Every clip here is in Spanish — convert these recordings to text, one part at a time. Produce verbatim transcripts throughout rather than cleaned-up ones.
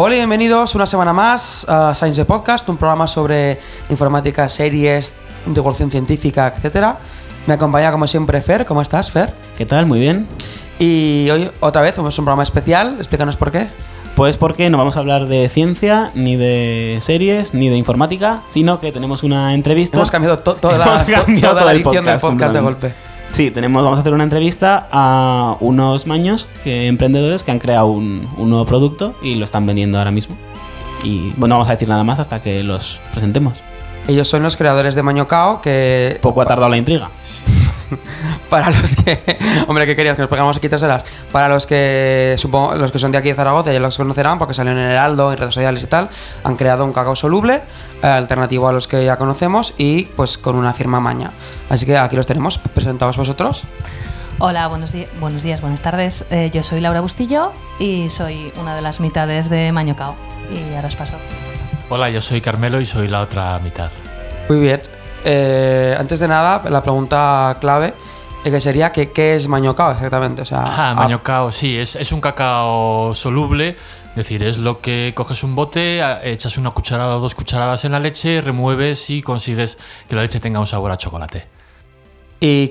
Hola y bienvenidos una semana más a Science the Podcast, un programa sobre informática, series, divulgación científica, etcétera. Me acompaña como siempre Fer. ¿Cómo estás, Fer? ¿Qué tal? Muy bien. Y hoy otra vez es un programa especial. Explícanos por qué. Pues porque no vamos a hablar de ciencia, ni de series, ni de informática, sino que tenemos una entrevista. Hemos cambiado to- toda la, Hemos cambiado toda la el edición podcast, del podcast de completamente. golpe. Sí, tenemos, vamos a hacer una entrevista a unos maños, que, emprendedores que han creado un, un nuevo producto y lo están vendiendo ahora mismo. Y bueno, no vamos a decir nada más hasta que los presentemos. Ellos son los creadores de Mañocao, que... Poco ha tardado la intriga. Para los que... Hombre, ¿qué querías? Que nos pegamos aquí tres horas. Para los que supongo los que son de aquí de Zaragoza ya los conocerán porque salieron en el Heraldo, en redes sociales y tal. Han creado un cacao soluble, eh, alternativo a los que ya conocemos y pues con una firma maña. Así que aquí los tenemos. Presentaos vosotros. Hola, buenos, di- buenos días, buenas tardes. Eh, yo soy Laura Bustillo y soy una de las mitades de Mañocao. Y ahora os paso. Hola, yo soy Carmelo y soy la otra mitad. Muy bien. Eh, antes de nada, la pregunta clave eh, que sería que ¿qué es Mañocao exactamente? O sea, Ajá, a- Mañocao, sí, es, es un cacao soluble. Es decir, es lo que coges un bote, a- echas una cucharada o dos cucharadas en la leche, remueves y consigues que la leche tenga un sabor a chocolate. ¿Y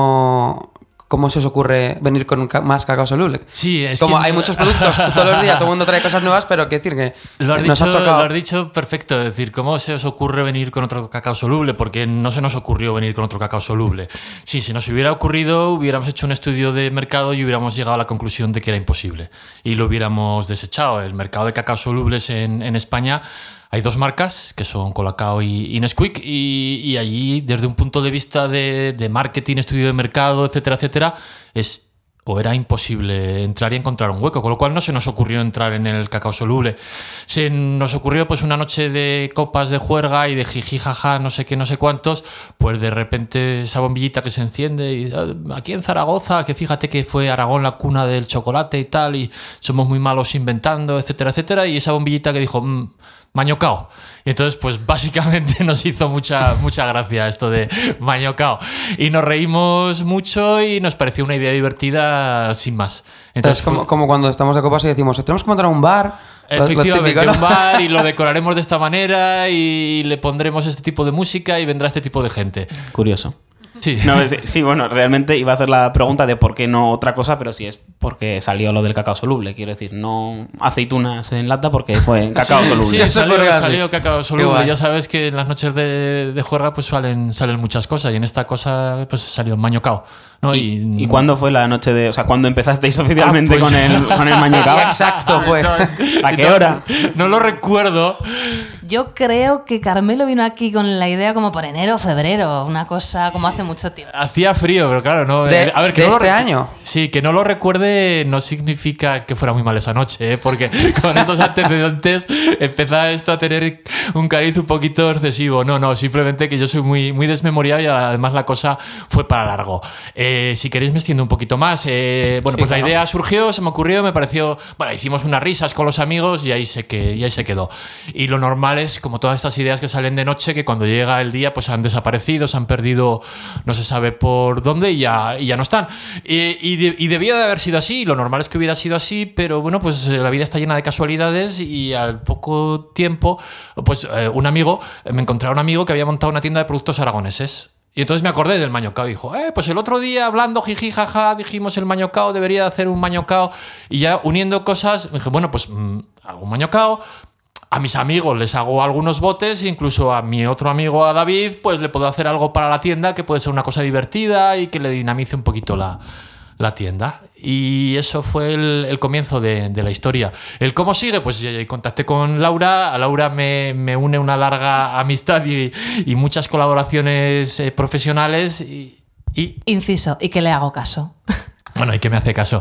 cómo, cómo se os ocurre venir con un ca- más cacao soluble? Sí, es Como que... hay muchos productos todos los días, todo el mundo trae cosas nuevas, pero quiero decir que Lo has, nos dicho, ha chocado. lo has dicho perfecto, es decir, ¿cómo se os ocurre venir con otro cacao soluble? Porque no se nos ocurrió venir con otro cacao soluble. Sí, si nos hubiera ocurrido, hubiéramos hecho un estudio de mercado y hubiéramos llegado a la conclusión de que era imposible. Y lo hubiéramos desechado. El mercado de cacao solubles en, en España hay dos marcas, que son Colacao y, y Nesquik, y, y allí, desde un punto de vista de, de marketing, estudio de mercado, etcétera, etcétera, es... o era imposible entrar y encontrar un hueco, con lo cual no se nos ocurrió entrar en el cacao soluble. Se nos ocurrió pues una noche de copas de juerga y de jiji jaja, no sé qué, no sé cuántos, pues de repente esa bombillita que se enciende y ah, aquí en Zaragoza, que fíjate que fue Aragón la cuna del chocolate y tal, y somos muy malos inventando, etcétera, etcétera, y esa bombillita que dijo... Mmm, Mañocao. Y entonces, pues básicamente nos hizo mucha, mucha gracia esto de Mañocao. Y nos reímos mucho y nos pareció una idea divertida sin más. Entonces, como, fue- como cuando estamos de copas y decimos, tenemos que montar un bar. lo- lo Efectivamente, típico, ¿no? un bar y lo decoraremos de esta manera y le pondremos este tipo de música y vendrá este tipo de gente. Curioso. Sí. No, es- sí, bueno, realmente iba a hacer la pregunta de por qué no otra cosa, pero sí es porque salió lo del cacao soluble. Quiero decir, no aceitunas en lata porque fue en cacao Sí, soluble. Sí, Eso salió, ocurre así. salió cacao soluble. Igual. Ya sabes que en las noches de, de juerga pues salen, salen muchas cosas y en esta cosa pues salió Mañocao, ¿no? ¿Y, ¿Y cuándo fue la noche de...? O sea, ¿cuándo empezasteis oficialmente Ah, pues- con el, con el Mañocao? Exacto, fue. ¿A qué hora? No, no lo recuerdo. Yo creo que Carmelo vino aquí con la idea como por enero o febrero, una cosa como hace mucho tiempo. Hacía frío, pero claro, no. De- eh, a ver, que de no lo este re- año. Sí, que no lo recuerde no significa que fuera muy mal esa noche, ¿eh? Porque con esos antecedentes empezaba esto a tener un cariz un poquito excesivo. No, no, simplemente que yo soy muy, muy desmemoriado y además la cosa fue para largo. Eh, si queréis me extiendo un poquito más. Eh, bueno, Sí, pues claro. la idea surgió, se me ocurrió, me pareció... Bueno, hicimos unas risas con los amigos y ahí se, que, y ahí se quedó. Y lo normal es, como todas estas ideas que salen de noche, que cuando llega el día pues han desaparecido, se han perdido no se sabe por dónde y ya, y ya no están. Y, y, de- y debía de haber sido así, lo normal es que hubiera sido así, pero bueno, pues eh, la vida está llena de casualidades y al poco tiempo, pues eh, un amigo, eh, me encontré a un amigo que había montado una tienda de productos aragoneses. Y entonces me acordé del Mañocao y dijo, eh, pues el otro día hablando jiji jaja dijimos el Mañocao, debería de hacer un Mañocao. Y ya uniendo cosas, dije, bueno, pues mm, hago un Mañocao. A mis amigos les hago algunos botes, incluso a mi otro amigo, a David, pues le puedo hacer algo para la tienda que puede ser una cosa divertida y que le dinamice un poquito la, la tienda. Y eso fue el, el comienzo de, de la historia. ¿El cómo sigue? Pues eh, contacté con Laura. A Laura me, me une una larga amistad y, y muchas colaboraciones eh, profesionales y... y Inciso, y que le hago caso. bueno, y que me hace caso.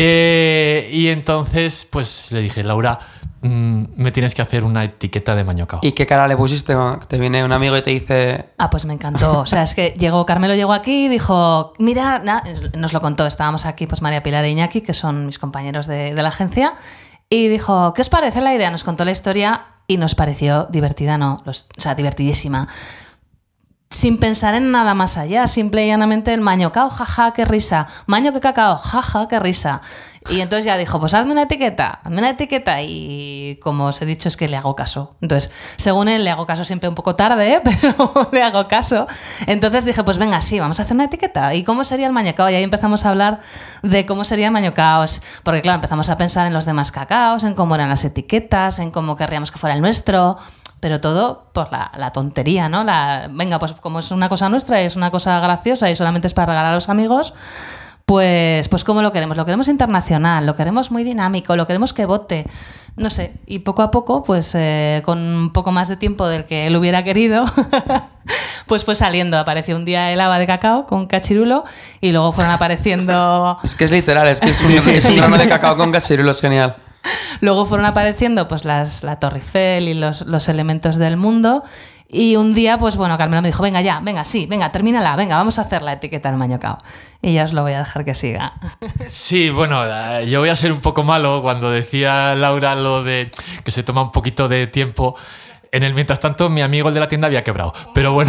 Eh, y entonces, pues le dije, Laura, mmm, me tienes que hacer una etiqueta de Mañocao. ¿Y qué cara le pusiste? Te viene un amigo y te dice... Ah, pues me encantó. O sea, es que llegó, Carmelo llegó aquí y dijo, mira, na- nos lo contó, estábamos aquí, pues María Pilar e Iñaki, que son mis compañeros de, de la agencia, y dijo, ¿qué os parece la idea? Nos contó la historia y nos pareció divertida, no, los- o sea, divertidísima. sin pensar en nada más allá, simple y llanamente el mañocao, jaja, qué risa, maño que cacao, jaja, qué risa. Y entonces ya dijo, pues hazme una etiqueta, hazme una etiqueta, y como os he dicho es que le hago caso. Entonces, según él, le hago caso siempre un poco tarde, ¿eh? Pero le hago caso. Entonces dije, pues venga, sí, vamos a hacer una etiqueta. ¿Y cómo sería el mañocao? Y ahí empezamos a hablar de cómo sería el mañocaos, porque claro, empezamos a pensar en los demás cacaos, en cómo eran las etiquetas, en cómo querríamos que fuera el nuestro, pero todo por la, la tontería, ¿no? La, venga, pues como es una cosa nuestra, es una cosa graciosa y solamente es para regalar a los amigos, pues, pues ¿cómo lo queremos? Lo queremos internacional, lo queremos muy dinámico, lo queremos que vote, no sé. Y poco a poco, pues eh, con un poco más de tiempo del que él hubiera querido, pues fue saliendo. Apareció un día el haba de cacao con cachirulo y luego fueron apareciendo... Es que es literal, es que es un, es un grano de cacao con cachirulo, es genial. Luego fueron apareciendo pues las, la Torre Eiffel y los, los elementos del mundo. Y un día, pues bueno, Carmelo me dijo, venga ya, venga, sí, venga, termínala, venga, vamos a hacer la etiqueta del mañocao. Y ya os lo voy a dejar que siga. Sí, bueno, yo voy a ser un poco malo cuando decía Laura lo de que se toma un poquito de tiempo. En el mientras tanto, mi amigo el de la tienda había quebrado. Pero bueno,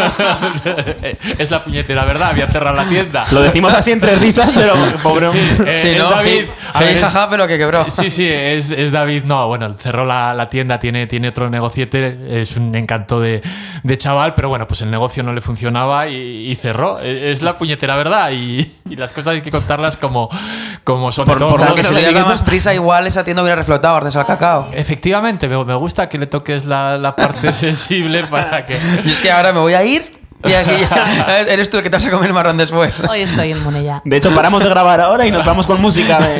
es la puñetera verdad, había cerrado la tienda. Lo decimos así entre risas, pero pobre sí, eh, sí, es ¿no? David. A ver, jaja, pero que quebró. Sí, sí, es, es David. No, bueno, cerró la, la tienda, tiene, tiene otro negociete, es un encanto de, de chaval, pero bueno, pues el negocio no le funcionaba y, y cerró. Es la puñetera verdad y, y las cosas hay que contarlas como, como son. Por, de todos por lo modos. que si le da más prisa, igual esa tienda hubiera reflotado antes al cacao. Efectivamente, me, me gusta que le toques la, la parte sensible para que... Y es que ahora me voy a ir y aquí ya eres tú el que te vas a comer el marrón después. Hoy estoy inmune ya. De hecho, paramos de grabar ahora y nos vamos con música de...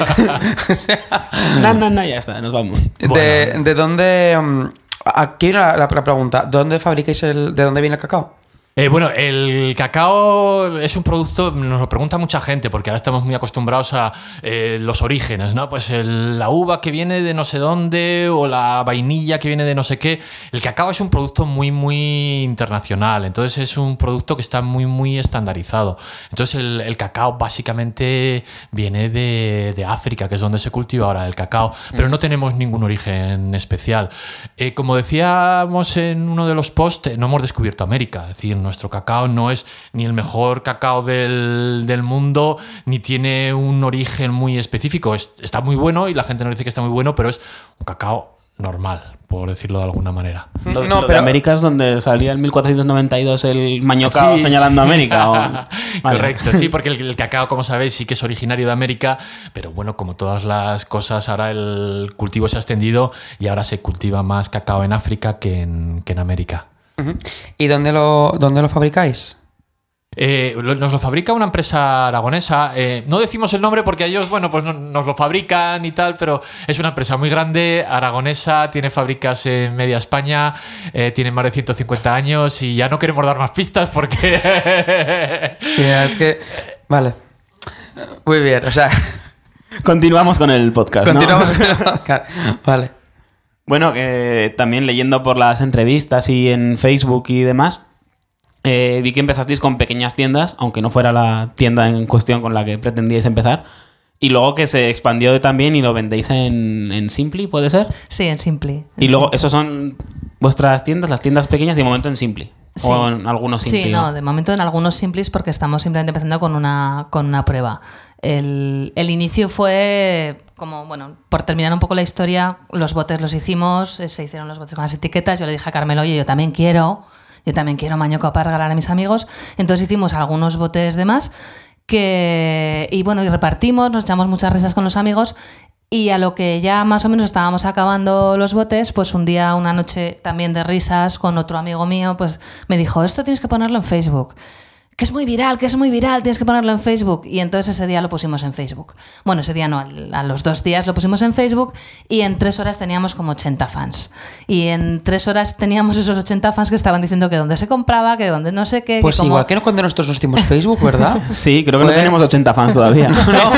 No, no, no, ya está, nos vamos. ¿De, Bueno. de dónde... Um, aquí viene la, la, la pregunta. ¿Dónde fabricáis el... ¿De dónde viene el cacao? Eh, bueno, el cacao es un producto, nos lo pregunta mucha gente, porque ahora estamos muy acostumbrados a eh, los orígenes, ¿no? Pues el, la uva que viene de no sé dónde o la vainilla que viene de no sé qué. El cacao es un producto muy, muy internacional, entonces es un producto que está muy, muy estandarizado. Entonces el, el cacao básicamente viene de, de África, que es donde se cultiva ahora el cacao, pero no tenemos ningún origen especial. Eh, como decíamos en uno de los posts, no hemos descubierto América, es decir, nuestro cacao no es ni el mejor cacao del, del mundo, ni tiene un origen muy específico. Es, está muy bueno y la gente nos dice que está muy bueno, pero es un cacao normal, por decirlo de alguna manera. Lo, No, lo pero- de América es donde salía en mil cuatrocientos noventa y dos el mañocao Sí, señalando sí. a América. O... Vale. Correcto, sí, porque el, el cacao, como sabéis, sí que es originario de América, pero bueno, como todas las cosas, ahora el cultivo se ha extendido y ahora se cultiva más cacao en África que en, que en América. Uh-huh. ¿Y dónde lo, dónde lo fabricáis? Eh, lo- nos lo fabrica una empresa aragonesa. Eh, no decimos el nombre porque ellos, bueno, pues no- nos lo fabrican y tal, pero es una empresa muy grande, aragonesa, tiene fábricas en media España, eh, tiene más de ciento cincuenta años y ya no queremos dar más pistas porque... Ya, es que... Vale. Muy bien, o sea... Continuamos con el podcast, ¿no? Continuamos con el podcast. Vale. Bueno, eh, también leyendo por las entrevistas y en Facebook y demás, eh, vi que empezasteis con pequeñas tiendas, aunque no fuera la tienda en cuestión con la que pretendíais empezar, y luego que se expandió también y lo vendéis en, en Simply, ¿puede ser? Sí, en Simply. Y luego, ¿esos son vuestras tiendas, las tiendas pequeñas, de momento en Simply? Sí. O en algunos Simply. Sí, ¿o? no, de momento en algunos Simplis porque estamos simplemente empezando con una, con una prueba. El, el inicio fue como, bueno, por terminar un poco la historia, los botes los hicimos, eh, se hicieron los botes con las etiquetas, yo le dije a Carmelo, oye, yo también quiero, yo también quiero mañoco para regalar a mis amigos, entonces hicimos algunos botes de más que, y bueno, y repartimos, nos echamos muchas risas con los amigos. Y a lo que ya más o menos estábamos acabando los botes, pues un día, una noche también de risas con otro amigo mío, pues me dijo, esto tienes que ponerlo en Facebook. Que es muy viral, que es muy viral, tienes que ponerlo en Facebook. Y entonces ese día lo pusimos en Facebook. Bueno, ese día no, a los dos días lo pusimos en Facebook y en tres horas teníamos como ochenta fans. Y en tres horas teníamos esos ochenta fans que estaban diciendo que dónde se compraba, que dónde no sé qué. Pues que como... igual que no cuando nosotros nos hicimos Facebook, ¿verdad? Sí, creo que Pues- no tenemos ochenta fans todavía.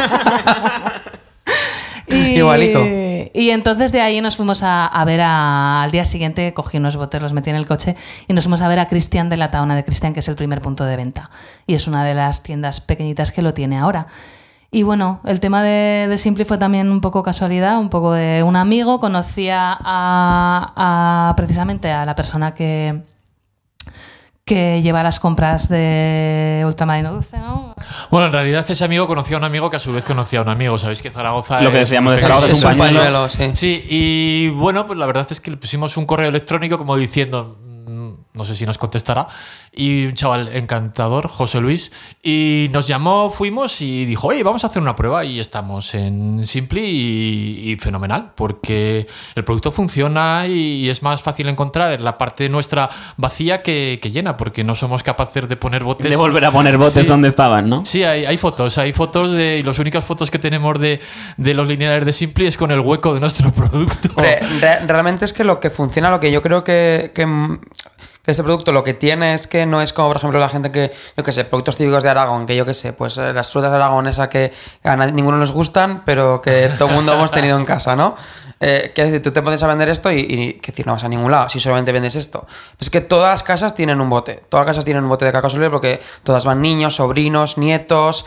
Y, Igualito. Y entonces de ahí nos fuimos a, a ver a, al día siguiente, cogí unos botes, los metí en el coche y nos fuimos a ver a Cristian de la Taona de Cristian, que es el primer punto de venta. Y es una de las tiendas pequeñitas que lo tiene ahora. Y bueno, el tema de, de Simply fue también un poco casualidad, un poco de un amigo. Conocía a, a precisamente a la persona que... que lleva las compras de Ultramarino Dulce, ¿no? Bueno, en realidad ese amigo conocía a un amigo que a su vez conocía a un amigo. Sabéis que Zaragoza Lo que es decíamos muy de pequeño. Zaragoza es un Es un pañuelo. pañuelo, sí. Sí, y bueno, pues la verdad es que le pusimos un correo electrónico como diciendo, no sé si nos contestará, y un chaval encantador, José Luis, y nos llamó, fuimos y dijo, oye, vamos a hacer una prueba, y estamos en Simply y, y fenomenal, porque el producto funciona y es más fácil encontrar en la parte nuestra vacía que, que llena, porque no somos capaces de poner botes. De volver a poner botes Sí. donde estaban, ¿no? Sí, hay, hay fotos, hay fotos de, y las únicas fotos que tenemos de, de los lineales de Simply es con el hueco de nuestro producto. Re- re- realmente es que lo que funciona, lo que yo creo que, que, mm, que este producto lo que tiene es que no es como, por ejemplo, la gente que, yo qué sé, productos típicos de Aragón, que yo qué sé, pues eh, las frutas de Aragón, esa que a nadie- ninguno nos gustan, pero que todo el mundo hemos tenido en casa, ¿no? Eh, que decir, tú te pones a vender esto y, y que decir, no vas a ningún lado si solamente vendes esto. Es que todas las casas tienen un bote, todas las casas tienen un bote de cacao solublemente porque todas van niños, sobrinos, nietos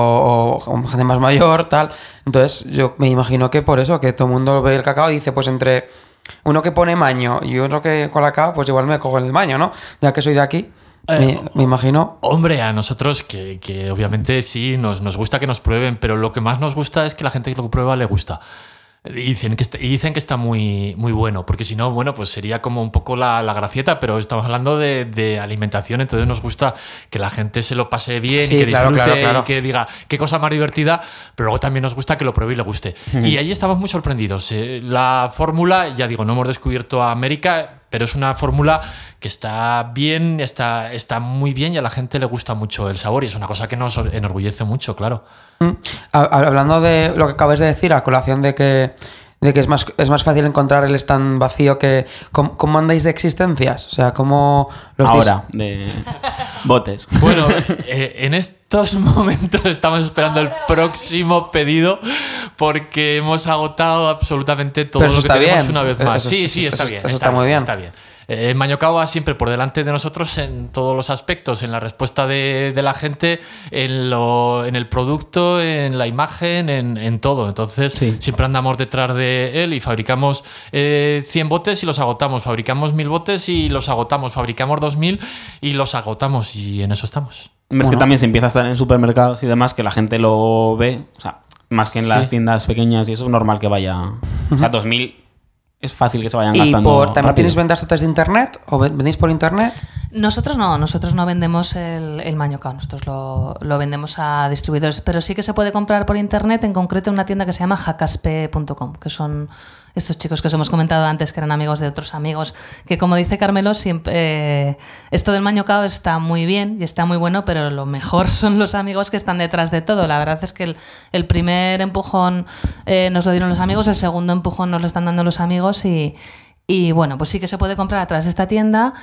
o, o- o gente más mayor, tal. Entonces yo me imagino que por eso, que todo el mundo ve el cacao y dice, pues entre uno que pone maño y uno que colacao, pues igual me cojo el maño, ¿no? Ya que soy de aquí, Eh, me, me imagino. Hombre, a nosotros que, que obviamente sí, nos, nos gusta que nos prueben, pero lo que más nos gusta es que la gente que lo prueba le gusta. Y dicen que está, y dicen que está muy, muy bueno, porque si no, bueno, pues sería como un poco la, la gracieta, pero estamos hablando de, de alimentación, entonces nos gusta que la gente se lo pase bien Sí, y que claro, disfrute claro, claro. y que diga qué cosa más divertida, pero luego también nos gusta que lo pruebe y le guste. Y ahí estamos muy sorprendidos. Eh, La fórmula, ya digo, no hemos descubierto a América, pero es una fórmula que está bien, está, está muy bien y a la gente le gusta mucho el sabor y es una cosa que nos enorgullece mucho, claro. Mm. Ha- Hablando de lo que acabas de decir, a colación de que, de que es, más, es más fácil encontrar el stand vacío que... ¿Cómo, cómo andáis de existencias? O sea, ¿cómo los Ahora, de botes. Bueno, eh, en estos momentos estamos esperando el próximo pedido porque hemos agotado absolutamente todo Pero lo eso que está tenemos bien. una vez más. Eso- sí, eso- sí, está eso- bien. eso está muy bien. Está bien. Eh, Mañocao va siempre por delante de nosotros en todos los aspectos, en la respuesta de, de la gente, en, lo, en el producto, en la imagen, en, en todo. Entonces, Sí. siempre andamos detrás de él y fabricamos eh, cien botes y los agotamos. Fabricamos mil botes y los agotamos. Fabricamos dos mil y los agotamos. Y en eso estamos. Hombre, es que Bueno. también se empieza a estar en supermercados y demás, que la gente lo ve, o sea, más que en las Sí. tiendas pequeñas y eso es normal que vaya. O sea, dos mil es fácil que se vayan Y gastando. por, ¿también rápido. tienes ventas a través de internet? ¿O ven- vendéis por internet? Nosotros no, nosotros no vendemos el, el mañocao, nosotros lo, lo vendemos a distribuidores, pero sí que se puede comprar por internet, en concreto en una tienda que se llama jacaspe punto com, que son estos chicos que os hemos comentado antes, que eran amigos de otros amigos, que como dice Carmelo, siempre, eh, esto del mañocao está muy bien y está muy bueno, pero lo mejor son los amigos que están detrás de todo. La verdad es que el, el primer empujón eh, nos lo dieron los amigos, el segundo empujón nos lo están dando los amigos y, y bueno, pues sí que se puede comprar a través de esta tienda.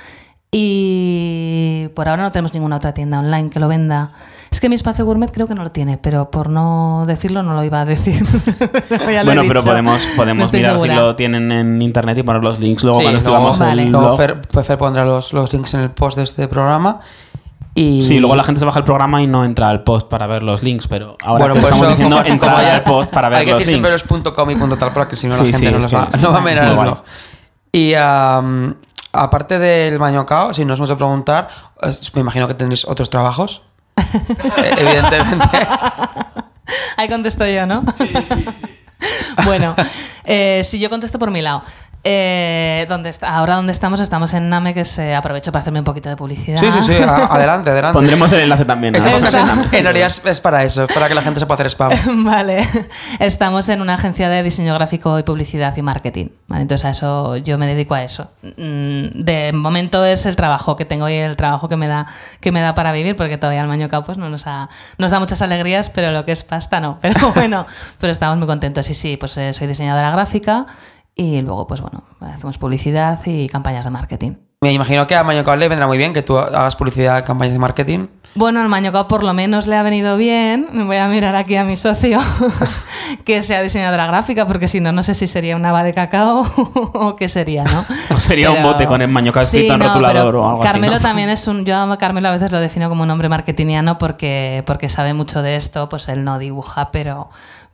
Y por ahora no tenemos ninguna otra tienda online que lo venda. Es que mi espacio gourmet creo que no lo tiene, pero por no decirlo no lo iba a decir. Ya lo he Bueno, pero dicho. podemos, No podemos estoy mirar segura. si lo tienen en internet y poner los links luego Sí, cuando luego- escribamos Vale. el Luego blog. Fer, pues Fer pondrá los, los links en el post de este programa. Y... Sí, luego la gente se baja el programa y no entra al post para ver los links, pero ahora Bueno, te por estamos eso, diciendo como- como entrar ya- al post para ver hay que los decir siempre los links. .com y .tal porque si no Sí, la gente sí, no, es los que va, es no va a mirar muy el guay. blog. Y am, aparte del mañocao, si no os hemos de preguntar, es- me imagino que tendréis otros trabajos. Eh, Evidentemente. Ahí contesto yo, ¿no? Sí, sí, sí. Bueno, eh, si yo contesto por mi lado. Eh, ¿dónde está? Ahora donde estamos, estamos en Name, que se aprovecho para hacerme un poquito de publicidad. Sí, sí, sí. a- adelante, adelante. Pondremos el enlace también. Este ¿no? podcast Está. en, en realidad es, es para eso, es para que la gente se pueda hacer spam. Vale, estamos en una agencia de diseño gráfico y publicidad y marketing. Vale, entonces a eso yo me dedico a eso. Mm, De momento es el trabajo que tengo y el trabajo que me da que me da para vivir, porque todavía el mañocao pues no nos ha, nos da muchas alegrías, pero lo que es pasta no. Pero bueno, pero estamos muy contentos. Y sí, pues eh, soy diseñadora gráfica y luego pues bueno, hacemos publicidad y campañas de marketing. Me imagino que a Mañocao le vendrá muy bien que tú hagas publicidad, campañas de marketing. Bueno, al mañocao por lo menos le ha venido bien. Voy a mirar aquí a mi socio que sea diseñadora gráfica, porque si no, no sé si sería una haba de cacao o qué sería, ¿no? O sería un Pero- bote con el mañocao escrito en no, rotulador pero o algo Carmelo así, ¿no? también es un... Yo a Carmelo a veces lo defino como un hombre marketingiano porque, porque sabe mucho de esto, pues él no dibuja, pero...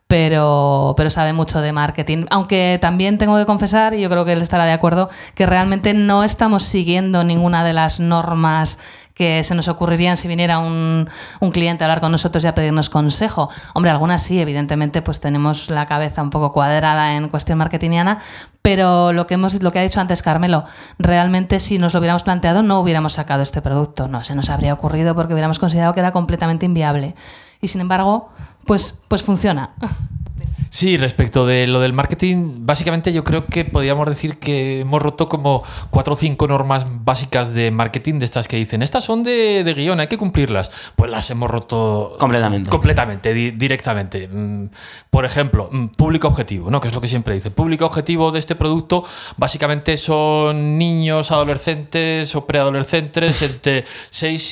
pero, pero sabe mucho de marketing. Aunque también tengo que confesar, y yo creo que él estará de acuerdo, que realmente no estamos siguiendo ninguna de las normas que se nos ocurrirían si viniera un, un cliente a hablar con nosotros y a pedirnos consejo. Hombre, algunas sí, evidentemente, pues tenemos la cabeza un poco cuadrada en cuestión marketingiana, pero lo que hemos, lo que ha dicho antes Carmelo, realmente si nos lo hubiéramos planteado no hubiéramos sacado este producto, no se nos habría ocurrido porque hubiéramos considerado que era completamente inviable. Y sin embargo, pues, pues funciona. Sí, respecto de lo del marketing, básicamente yo creo que podríamos decir que hemos roto como cuatro o cinco normas básicas de marketing, de estas que dicen, estas son de, de guión, hay que cumplirlas. Pues las hemos roto completamente. Completamente, di- directamente. Por ejemplo, público objetivo, ¿no? Que es lo que siempre dice. Público objetivo de este producto básicamente son niños, adolescentes o preadolescentes entre seis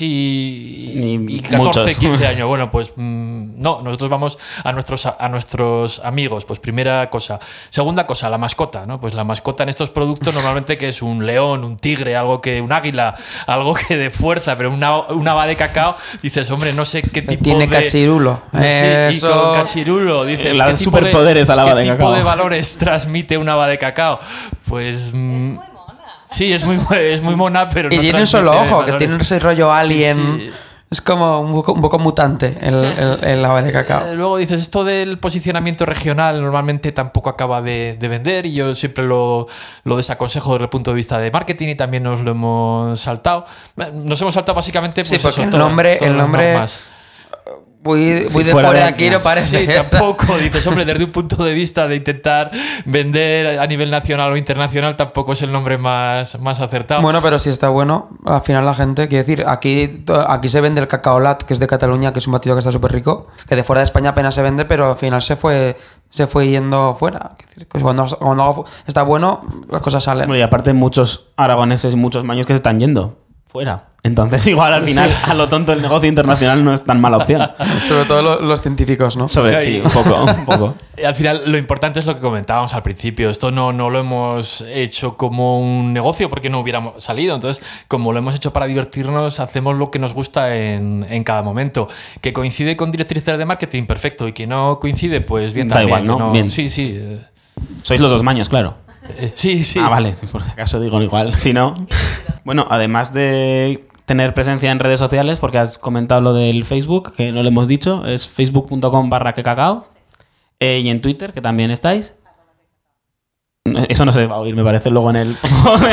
y, y catorce, muchos. quince años. Bueno, pues no, nosotros vamos a nuestros, a nuestros amigos, pues primera cosa. Segunda cosa, la mascota, ¿no? Pues la mascota en estos productos normalmente que es un león, un tigre, algo que, un águila, algo que de fuerza, pero una, una haba de cacao, dices, hombre, no sé qué tipo Tiene de... cachirulo. No sé, y Eso... con cachirulo, dices, La ¿qué tipo superpoderes de, a la haba ¿qué de tipo cacao? de valores transmite una haba de cacao? Pues... Mm, sí, es muy, es muy mona, pero Y no tiene un solo transmite ojo, que valores. tiene ese rollo alien. Sí. Es como un poco, un poco mutante el, el, el ave de cacao. Eh, Luego dices, esto del posicionamiento regional normalmente tampoco acaba de, de vender y yo siempre lo, lo desaconsejo desde el punto de vista de marketing y también nos lo hemos saltado. Eh, Nos hemos saltado básicamente pues Sí, porque eso, el todas- nombre- todas el las nombre- normas. Muy, Si muy de fuera fuera de de- aquí no parece. Sí, tampoco. Dices, hombre, desde un punto de vista de intentar vender a nivel nacional o internacional, tampoco es el nombre más, más acertado. Bueno, pero si está bueno, al final la gente, quiero decir, aquí, aquí se vende el cacaolat, que es de Cataluña, que es un batido que está súper rico, que de fuera de España apenas se vende, pero al final se fue se fue yendo fuera. Quiero decir, que cuando, cuando algo está bueno, las cosas salen. Bueno, y aparte muchos aragoneses, muchos maños que se están yendo fuera. Entonces igual al final, a lo tonto, el negocio internacional no es tan mala opción. Sobre todo los, los científicos, ¿no? Sobre, sí, un poco, un poco. Y al final, lo importante es lo que comentábamos al principio. Esto no, no lo hemos hecho como un negocio porque no hubiéramos salido. Entonces, como lo hemos hecho para divertirnos, hacemos lo que nos gusta en, en cada momento. Que coincide con directrices de marketing, perfecto. Y que no coincide, pues bien, Da también. igual, que ¿no? Bien. Sí, sí. eh, Sois los dos maños, claro. eh, sí, sí. Ah, vale, por si acaso digo igual. Si no. Bueno, además de tener presencia en redes sociales, porque has comentado lo del Facebook, que no lo hemos dicho, es facebook.com barra que cacao. Eh, y en Twitter, que también estáis. Eso no se va a oír, me parece, luego en el...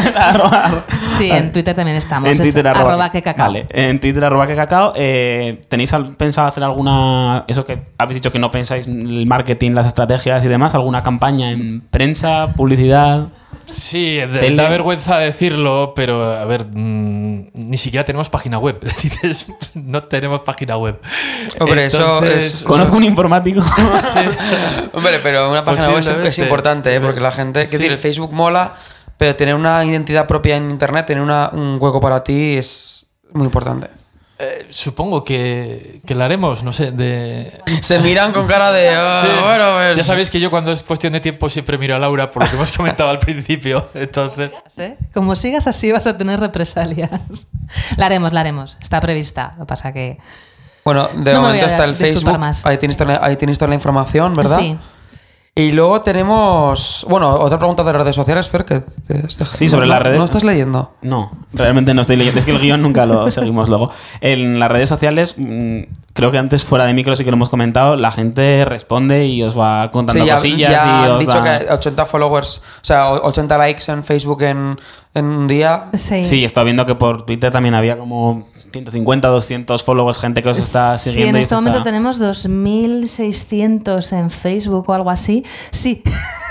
Sí, en Twitter también estamos. En es Twitter arroba, arroba que cacao. Vale, en Twitter arroba que cacao. Eh, ¿Tenéis al- pensado hacer alguna... Eso que habéis dicho que no pensáis en el marketing, las estrategias y demás? ¿Alguna campaña en prensa, publicidad? Sí, de- Tele. da vergüenza decirlo, pero a ver, mmm, ni siquiera tenemos página web. Dices, no tenemos página web. Hombre, eso es- Conozco un informático. Hombre, pero una página web es, es Posiblemente. importante, ¿eh? Porque la gente, Sí. que decir, el Facebook mola, pero tener una identidad propia en internet, tener una- un hueco para ti es muy importante. Eh, supongo que, que la haremos, no sé, de... Se miran con cara de. "Ah, Sí. bueno, pues". Ya sabéis que yo cuando es cuestión de tiempo siempre miro a Laura por lo que hemos comentado al principio. Entonces, ¿Eh? Como sigas así vas a tener represalias. La haremos, la haremos. Está prevista. Lo que pasa que... Bueno, de No me momento voy a está el disculpar Facebook. más. Ahí tienes, toda la, ahí tienes toda la información, ¿verdad? Sí. Y luego tenemos. Bueno, otra pregunta de redes sociales, Fer, que te, te- Sí, sobre no, las redes. ¿No estás leyendo? No, realmente no estoy leyendo. Es que el guión nunca lo seguimos luego. En las redes sociales, mm, creo que antes fuera de micro sí que lo hemos comentado, la gente responde y os va contando Sí, ya, cosillas. ya y han os dicho da- que ochenta followers, o sea, ochenta likes en Facebook en, en un día. Sí. Sí, he estado viendo que por Twitter también había como ciento cincuenta, doscientos followers, gente que os está Sí, siguiendo. en y este os momento está- tenemos dos mil seiscientos en Facebook o algo así. Sí.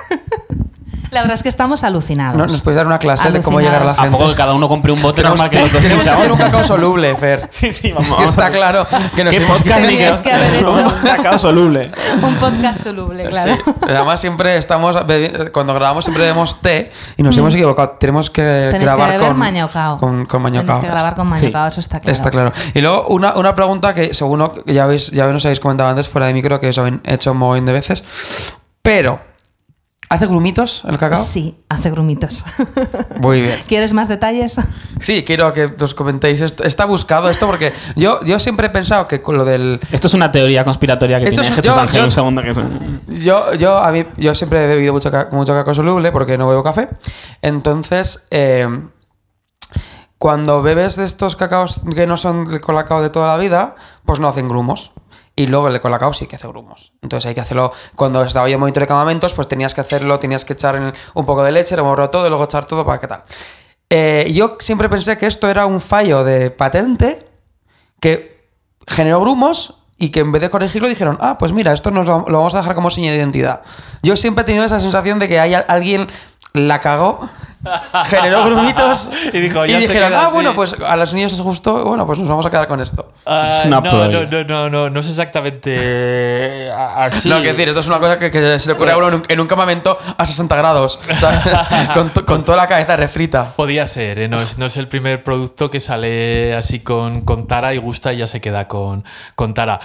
La verdad es que estamos alucinados. ¿No? ¿Nos puedes dar una clase de cómo llegar a la Alucinados. ¿A gente? poco que cada uno compre un bote Tenemos normal que, que los tenemos que dos hacer un cacao soluble, Fer. Sí, sí, vamos. Es que está claro que nos ¿Qué hemos podcast ni que- Tenías que haber hecho. Un cacao soluble. Un podcast soluble, claro. Sí. Además, siempre estamos. bebi- Cuando grabamos, siempre bebemos té y nos hemos equivocado. Tenemos que Tenéis que grabar beber con. mañocao. Con, con mañocao. Tenéis que grabar con mañocao, eso está claro. Está claro. Y luego, una, una pregunta que seguro que ya, habéis, ya nos habéis comentado antes, fuera de micro, que os habéis hecho un montón de veces. Pero, ¿Hace grumitos el cacao? Sí, hace grumitos. Muy bien. ¿Quieres más detalles? Sí, quiero que os comentéis esto. Está buscado esto porque yo, yo siempre he pensado que con lo del... Esto es una teoría conspiratoria que Esto tiene es- Jesús yo- Ángel, yo- un segundo que es... Yo, yo, a mí, yo siempre he bebido mucho, ca- mucho cacao soluble porque no bebo café. Entonces, eh, cuando bebes de estos cacaos que no son el colacao de toda la vida, pues no hacen grumos. Y luego el de colacao sí que hace grumos. Entonces hay que hacerlo. Cuando estaba yo en monitor de campamentos, pues tenías que hacerlo, tenías que echar en- un poco de leche, removerlo todo y luego echar todo para qué tal. Eh, yo siempre pensé que esto era un fallo de patente que generó grumos y que en vez de corregirlo dijeron, ah, pues mira, esto nos lo, lo vamos a dejar como seña de identidad. Yo siempre he tenido esa sensación de que hay, alguien la cagó, generó grumitos Y dijo, "Ya se dijeron, queda ah, así". bueno, pues a los niños les gustó, bueno, pues nos vamos a quedar con esto. Ah, Es una no, prueba. no, no, no, no, no es exactamente a- así. No, quiero decir, esto es una cosa que, que se le ocurre a uno en un, en un campamento a sesenta grados, o sea, con, to- con toda la cabeza refrita. Podía ser, ¿eh? no, es, no es el primer producto que sale así con, con tara y gusta y ya se queda con, con tara.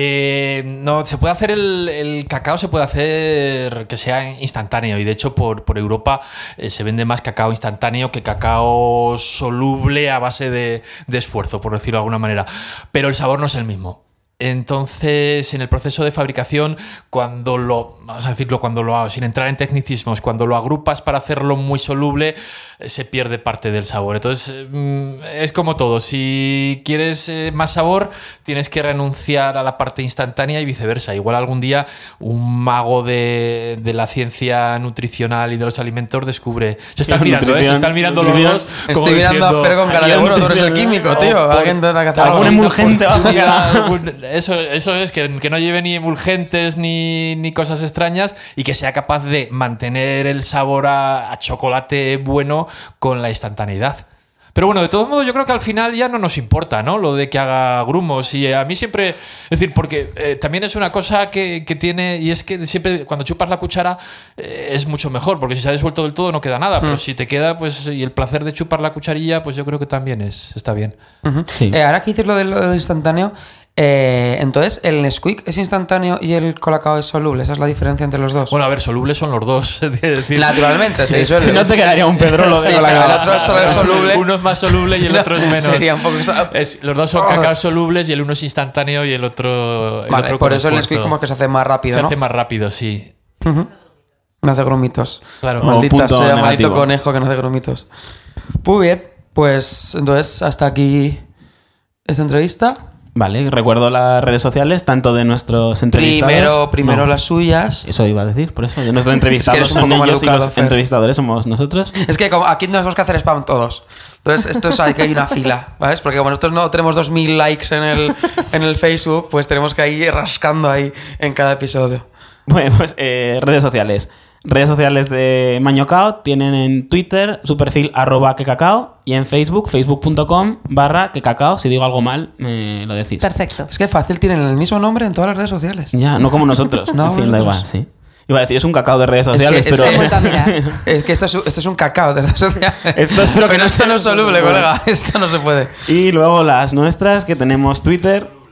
Eh, no, se puede hacer el, el cacao, se puede hacer que sea instantáneo y de hecho por, por Europa eh, se vende más cacao instantáneo que cacao soluble a base de, de esfuerzo, por decirlo de alguna manera. Pero el sabor no es el mismo. Entonces, en el proceso de fabricación, cuando lo, vamos a decirlo, cuando lo sin entrar en tecnicismos, cuando lo agrupas para hacerlo muy soluble, eh, se pierde parte del sabor. Entonces, mm, es como todo. Si quieres eh, más sabor, tienes que renunciar a la parte instantánea y viceversa. Igual algún día un mago de, de la ciencia nutricional y de los alimentos descubre... Se están Sí, mirando, ¿eh? Se nutrición, están mirando los nutrición. dos. como Estoy mirando diciendo, a Fer con cara de, "Ay, bueno, tú eres el nutrición". químico, tío. O por- Alguien tendrá que hacer algún algo. emulgente va a oportunidad, algún- eso, eso es, que, que no lleve ni emulgentes ni, ni cosas extrañas y que sea capaz de mantener el sabor a, a chocolate bueno con la instantaneidad. Pero bueno, de todos modos, yo creo que al final ya no nos importa, ¿no? Lo de que haga grumos. Y a mí siempre. Es decir, porque eh, también es una cosa que, que tiene. Y es que siempre cuando chupas la cuchara eh, es mucho mejor, porque si se ha disuelto del todo no queda nada. Pero si te queda, pues. Y el placer de chupar la cucharilla, pues yo creo que también es, está bien. Ujú. Sí. Eh, ahora que dices lo de lo de instantáneo, eh, entonces el Nesquik es instantáneo y el colacao es soluble. Esa es la diferencia entre los dos. Bueno, a ver, solubles son los dos. Es decir, Naturalmente, se disuelve. Si no te quedaría un pedrolo de Sí, colacao. pero el otro solo es soluble. Uno es más soluble y Si el no, otro es menos. sería un poco- Es- los dos son cacao solubles y el uno es instantáneo y el otro. El Vale, otro por con eso el esfuerzo. Nesquik como que se hace más rápido, Se ¿no? hace más rápido, sí. Me hace grumitos. Claro. Oh. Maldita punto sea, maldito negativo. conejo que no hace grumitos. Muy bien, pues entonces hasta aquí esta entrevista. Vale, recuerdo las redes sociales, tanto de nuestros entrevistados... Primero, primero No, las suyas. Eso iba a decir, por eso. De nuestros entrevistados eres un son poco ellos y maleducado, los Fer. entrevistadores somos nosotros. Es que como aquí nos tenemos que hacer spam todos. Entonces, esto es hay que hay una fila, ¿sabes? Porque como nosotros no tenemos dos mil likes en el, en el Facebook, pues tenemos que ir rascando ahí en cada episodio. Bueno, pues eh, redes sociales. Redes sociales de Mañocao tienen en Twitter su perfil arroba quecacao y en Facebook, facebook.com barra quecacao. Si digo algo mal, me lo decís. Perfecto. Es que fácil, tienen el mismo nombre en todas las redes sociales. Ya, no como nosotros. No, en fin, da nosotros. igual, sí. Iba a decir, es un cacao de redes Es sociales, que- pero... es que- Vuelto a mirar. Es que esto es, esto es un cacao de redes sociales. Esto espero que Pero no esto sea- no es soluble, colega. Esto no se puede. Y luego las nuestras, que tenemos Twitter...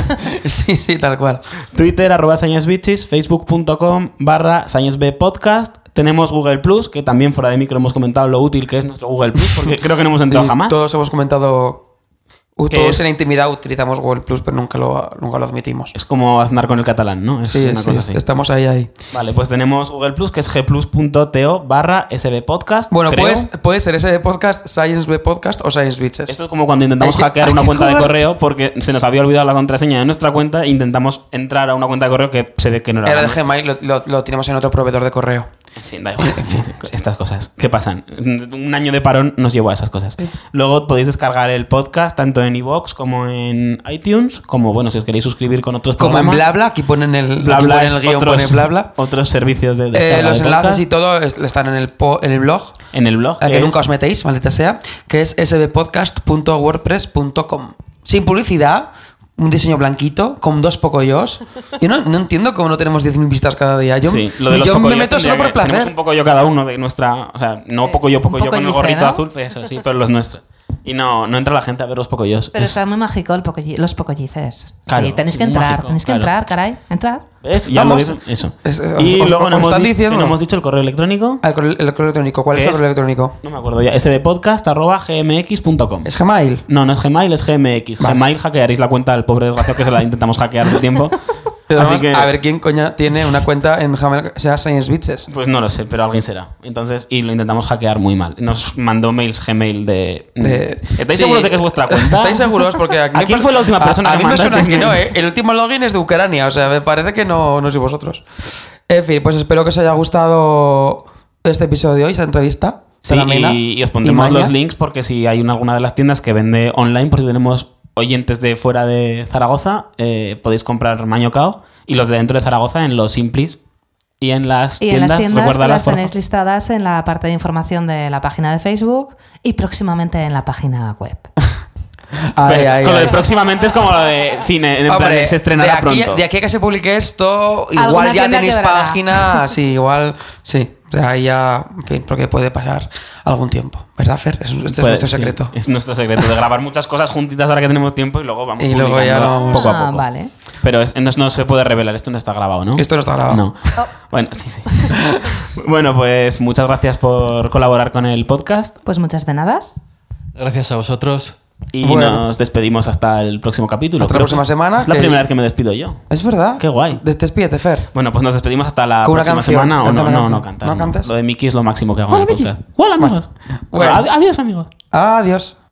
Sí, sí, tal cual. Twitter, arroba ScienceBitches, facebook.com barra ScienceBpodcast. Tenemos Google Plus, que también fuera de micro hemos comentado lo útil que es nuestro Google Plus, porque creo que no hemos entrado Sí, jamás. Todos hemos comentado. uh, Que Todos es- en la intimidad utilizamos Google Plus, pero nunca lo, nunca lo admitimos. Es como Aznar con el catalán, ¿no? Es Sí, una sí, cosa así. estamos ahí, ahí. Vale, pues tenemos Google Plus, que es gplus.to barra sbpodcast. Bueno, creo. pues, puede ser ese podcast, Science B Podcast o Science Bitches. Esto es como cuando intentamos Hay que- hackear hay una que cuenta de jugar. correo porque se nos había olvidado la contraseña de nuestra cuenta e intentamos entrar a una cuenta de correo que se ve que no era Era la de Gmail, lo, lo, lo tenemos en otro proveedor de correo. En fin, da igual. En fin, estas cosas. ¿Qué pasan? Un año de parón nos llevó a esas cosas. Luego podéis descargar el podcast tanto en iVoox como en iTunes, como, bueno, si os queréis suscribir con otros Como en programas. Blabla, aquí ponen el, Bla, aquí bla ponen es el guión, otros, pone Blabla. otros servicios de Eh, descarga los de enlaces podcast. y todo es- están en el, po- en el blog, En el blog. al que es- nunca os metéis, maldita sea, que es s b podcast punto wordpress punto com. Sin publicidad, un diseño blanquito, con dos pocoyos. Yo no, no entiendo cómo no tenemos diez mil vistas cada día. Yo, Sí, lo de los yo me pocoyos meto tendría solo por que- Tenemos placer. un poco yo cada uno de nuestra... O sea, no poco yo, poco un yo con el pocoyice, gorrito ¿no? azul, eso sí, pero los nuestros. Y no, no entra la gente a ver los Pocoyos. Pero Es- está muy mágico el pocolli- los pocollices. Claro, Sí, tenéis que muy entrar, mágico, tenéis que claro. entrar, caray. Entrad. ¿Ves? Ya Vamos. lo dicen. Eso. Es- y os- luego os- no os hemos, están di- diciendo. que no hemos dicho el correo electrónico. El correo el correo electrónico. ¿Cuál es ¿Qué el es? correo electrónico? No me acuerdo ya. sdpodcast arroba gmx punto com. ¿Es Gmail? No, no es Gmail, es Gmx. Vale. Gmail hackearéis la cuenta del pobre desgraciado que se la intentamos hackear de tiempo. Pero Así además, que, a ver quién coña tiene una cuenta en Gmail que sea Science Bitches. pues no lo sé, pero alguien será. Entonces, y lo intentamos hackear muy mal. Nos mandó mails Gmail de. De- ¿Estáis Sí. seguros de que es vuestra cuenta? ¿Estáis seguros? Porque aquí ¿A me quién par- fue la última persona a, que a mí me suena mandaste? que no, ¿eh? El último login es de Ucrania, o sea, me parece que no, no sois vosotros. En fin, pues espero que os haya gustado este episodio y esta entrevista. Sí, tan amena y, y os pondremos y maña. los links porque si hay una, alguna de las tiendas que vende online, por si tenemos oyentes de fuera de Zaragoza, eh, podéis comprar Maño Cao, y los de dentro de Zaragoza en los Simplis y en las Y en tiendas, las tiendas que recuérdalas, las por tenéis favor. listadas en la parte de información de la página de Facebook y próximamente en la página web. Ay, Pero ay, con lo ay. de próximamente es como lo de cine, en plan, Hombre, se estrenará de aquí, pronto. de aquí a que se publique esto, Alguna igual ya tienda tenéis quebrará. página, sí, igual, sí. O sea, ahí ya, en fin, porque puede pasar algún tiempo, ¿verdad, Fer? Es- Este es Pues, nuestro sí, secreto. es nuestro secreto, de grabar muchas cosas juntitas ahora que tenemos tiempo y luego vamos Y luego ya publicando lo vamos- poco a Ah, poco. vale. Pero es- no, no se puede revelar, esto no está grabado, ¿no? Esto no está grabado. No. Bueno, sí, sí. Bueno, pues muchas gracias por colaborar con el podcast Pues muchas de nada. Gracias a vosotros. y Bueno. nos despedimos hasta el próximo capítulo. Hasta la Creo próxima que es- semana, Es la que- primera vez que me despido yo. Es verdad. Qué guay. Des- Despídete, Fer. Bueno, pues nos despedimos hasta la Con una próxima canción. semana. O Canta no, una no, canción. no cantar. ¿No cantas? Lo de Mickey es lo máximo que hago en Hola, el Miki. podcast. Hola, amigos. Bueno. Ad- Adiós, amigos. Adiós.